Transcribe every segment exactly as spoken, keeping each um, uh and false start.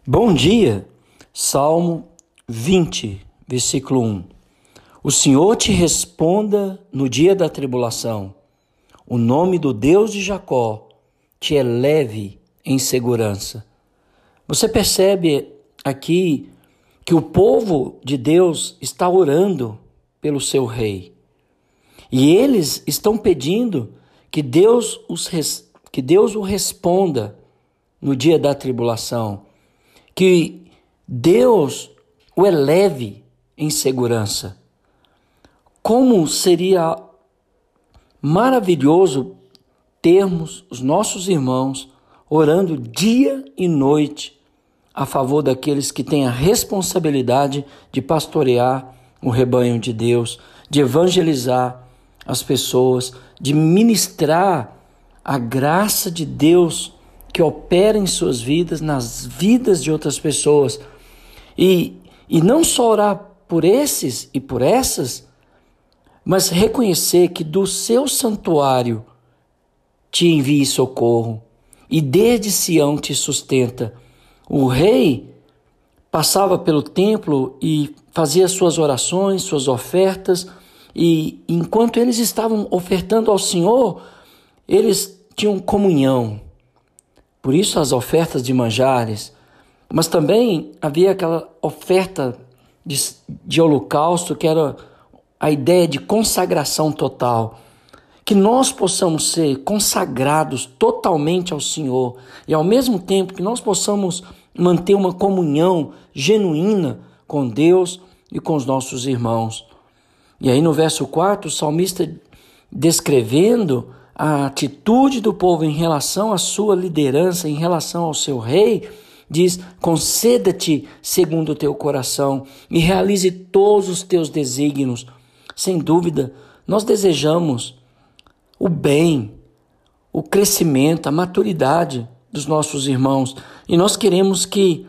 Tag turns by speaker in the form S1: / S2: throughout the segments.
S1: Bom dia, Salmo vinte, versículo um. O Senhor te responda no dia da tribulação. O nome do Deus de Jacó te eleve em segurança. Você percebe aqui que o povo de Deus está orando pelo seu rei. E eles estão pedindo que Deus, os res... que Deus o responda no dia da tribulação. Que Deus o eleve em segurança. Como seria maravilhoso termos os nossos irmãos orando dia e noite a favor daqueles que têm a responsabilidade de pastorear o rebanho de Deus, de evangelizar as pessoas, de ministrar a graça de Deus que opera em suas vidas, nas vidas de outras pessoas. E, e não só orar por esses e por essas, mas reconhecer que do seu santuário te envie socorro e desde Sião te sustenta. O rei passava pelo templo e fazia suas orações, suas ofertas, e enquanto eles estavam ofertando ao Senhor, eles tinham comunhão. Por isso as ofertas de manjares, mas também havia aquela oferta de, de holocausto, que era a ideia de consagração total. Que nós possamos ser consagrados totalmente ao Senhor e ao mesmo tempo que nós possamos manter uma comunhão genuína com Deus e com os nossos irmãos. E aí no verso quatro, o salmista descrevendo a atitude do povo em relação à sua liderança, em relação ao seu rei, diz: conceda-te segundo o teu coração e realize todos os teus desígnios. Sem dúvida, nós desejamos o bem, o crescimento, a maturidade dos nossos irmãos. E nós queremos que,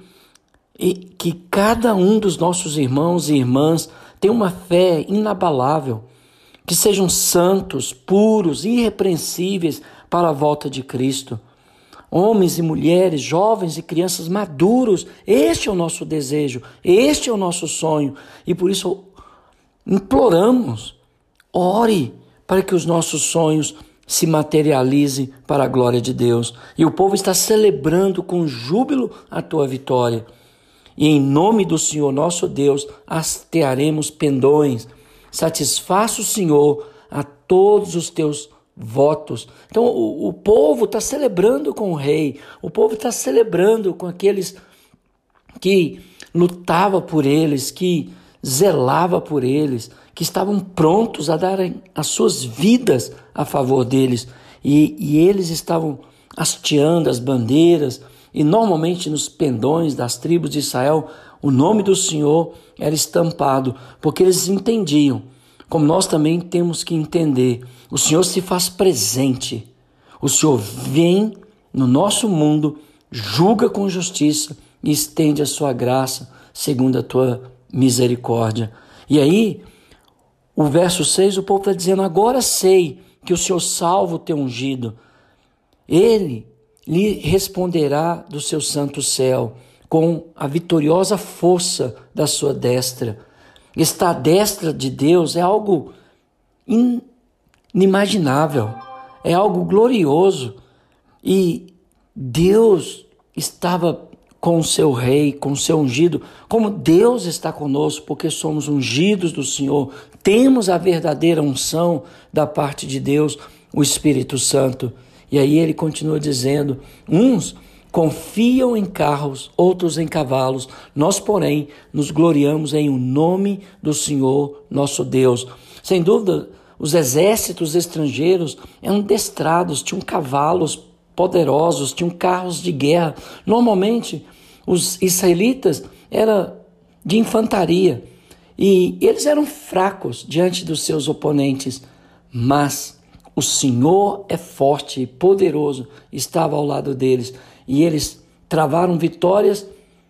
S1: que cada um dos nossos irmãos e irmãs tenha uma fé inabalável, que sejam santos, puros, irrepreensíveis para a volta de Cristo. Homens e mulheres, jovens e crianças maduros, este é o nosso desejo, este é o nosso sonho. E por isso imploramos, ore para que os nossos sonhos se materializem para a glória de Deus. E o povo está celebrando com júbilo a tua vitória. E em nome do Senhor nosso Deus, hastearemos pendões. Satisfaça o Senhor a todos os teus votos. Então o, o povo está celebrando com o rei, o povo está celebrando com aqueles que lutavam por eles, que zelava por eles, que estavam prontos a darem as suas vidas a favor deles. E, e eles estavam hasteando as bandeiras, e normalmente nos pendões das tribos de Israel, o nome do Senhor era estampado, porque eles entendiam, como nós também temos que entender, o Senhor se faz presente, o Senhor vem no nosso mundo, julga com justiça e estende a sua graça segundo a tua misericórdia. E aí, o verso seis, o povo está dizendo: agora sei que o Senhor salva o teu ungido. Ele lhe responderá do seu santo céu, com a vitoriosa força da sua destra. Esta destra de Deus é algo inimaginável, é algo glorioso. E Deus estava com o seu rei, com o seu ungido, como Deus está conosco, porque somos ungidos do Senhor, temos a verdadeira unção da parte de Deus, o Espírito Santo. E aí ele continua dizendo: uns confiam em carros, outros em cavalos. Nós, porém, nos gloriamos em o nome do Senhor nosso Deus. Sem dúvida, os exércitos estrangeiros eram destrados, tinham cavalos poderosos, tinham carros de guerra. Normalmente, os israelitas eram de infantaria e eles eram fracos diante dos seus oponentes, mas o Senhor é forte e poderoso, estava ao lado deles. E eles travaram vitórias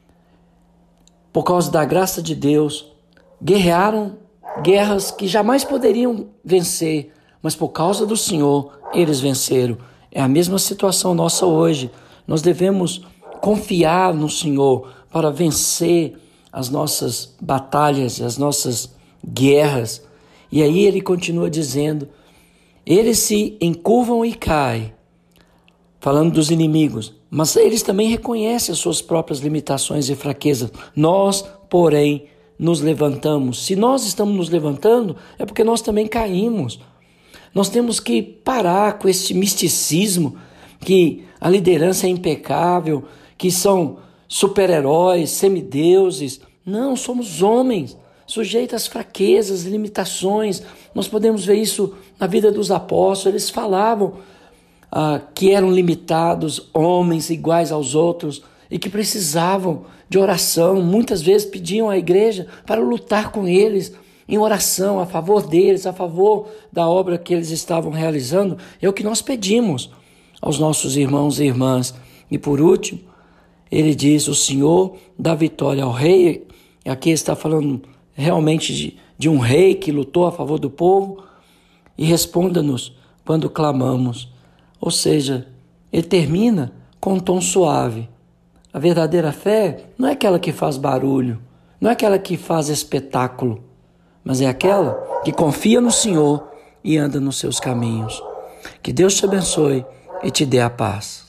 S1: por causa da graça de Deus. Guerrearam guerras que jamais poderiam vencer, mas por causa do Senhor eles venceram. É a mesma situação nossa hoje. Nós devemos confiar no Senhor, para vencer as nossas batalhas, as nossas guerras. E aí ele continua dizendo, eles se encurvam e caem, falando dos inimigos, mas eles também reconhecem as suas próprias limitações e fraquezas. Nós, porém, nos levantamos. Se nós estamos nos levantando, é porque nós também caímos. Nós temos que parar com esse misticismo, que a liderança é impecável, que são super-heróis, semideuses. Não, somos homens, sujeitos às fraquezas, limitações. Nós podemos ver isso na vida dos apóstolos. Eles falavam ah, que eram limitados, homens iguais aos outros, e que precisavam de oração. Muitas vezes pediam à igreja para lutar com eles, em oração, a favor deles, a favor da obra que eles estavam realizando. É o que nós pedimos aos nossos irmãos e irmãs. E por último, ele diz, o Senhor dá vitória ao rei. Aqui está falando realmente de, de um rei que lutou a favor do povo. E responda-nos quando clamamos. Ou seja, ele termina com um tom suave. A verdadeira fé não é aquela que faz barulho, não é aquela que faz espetáculo, mas é aquela que confia no Senhor e anda nos seus caminhos. Que Deus te abençoe e te dê a paz.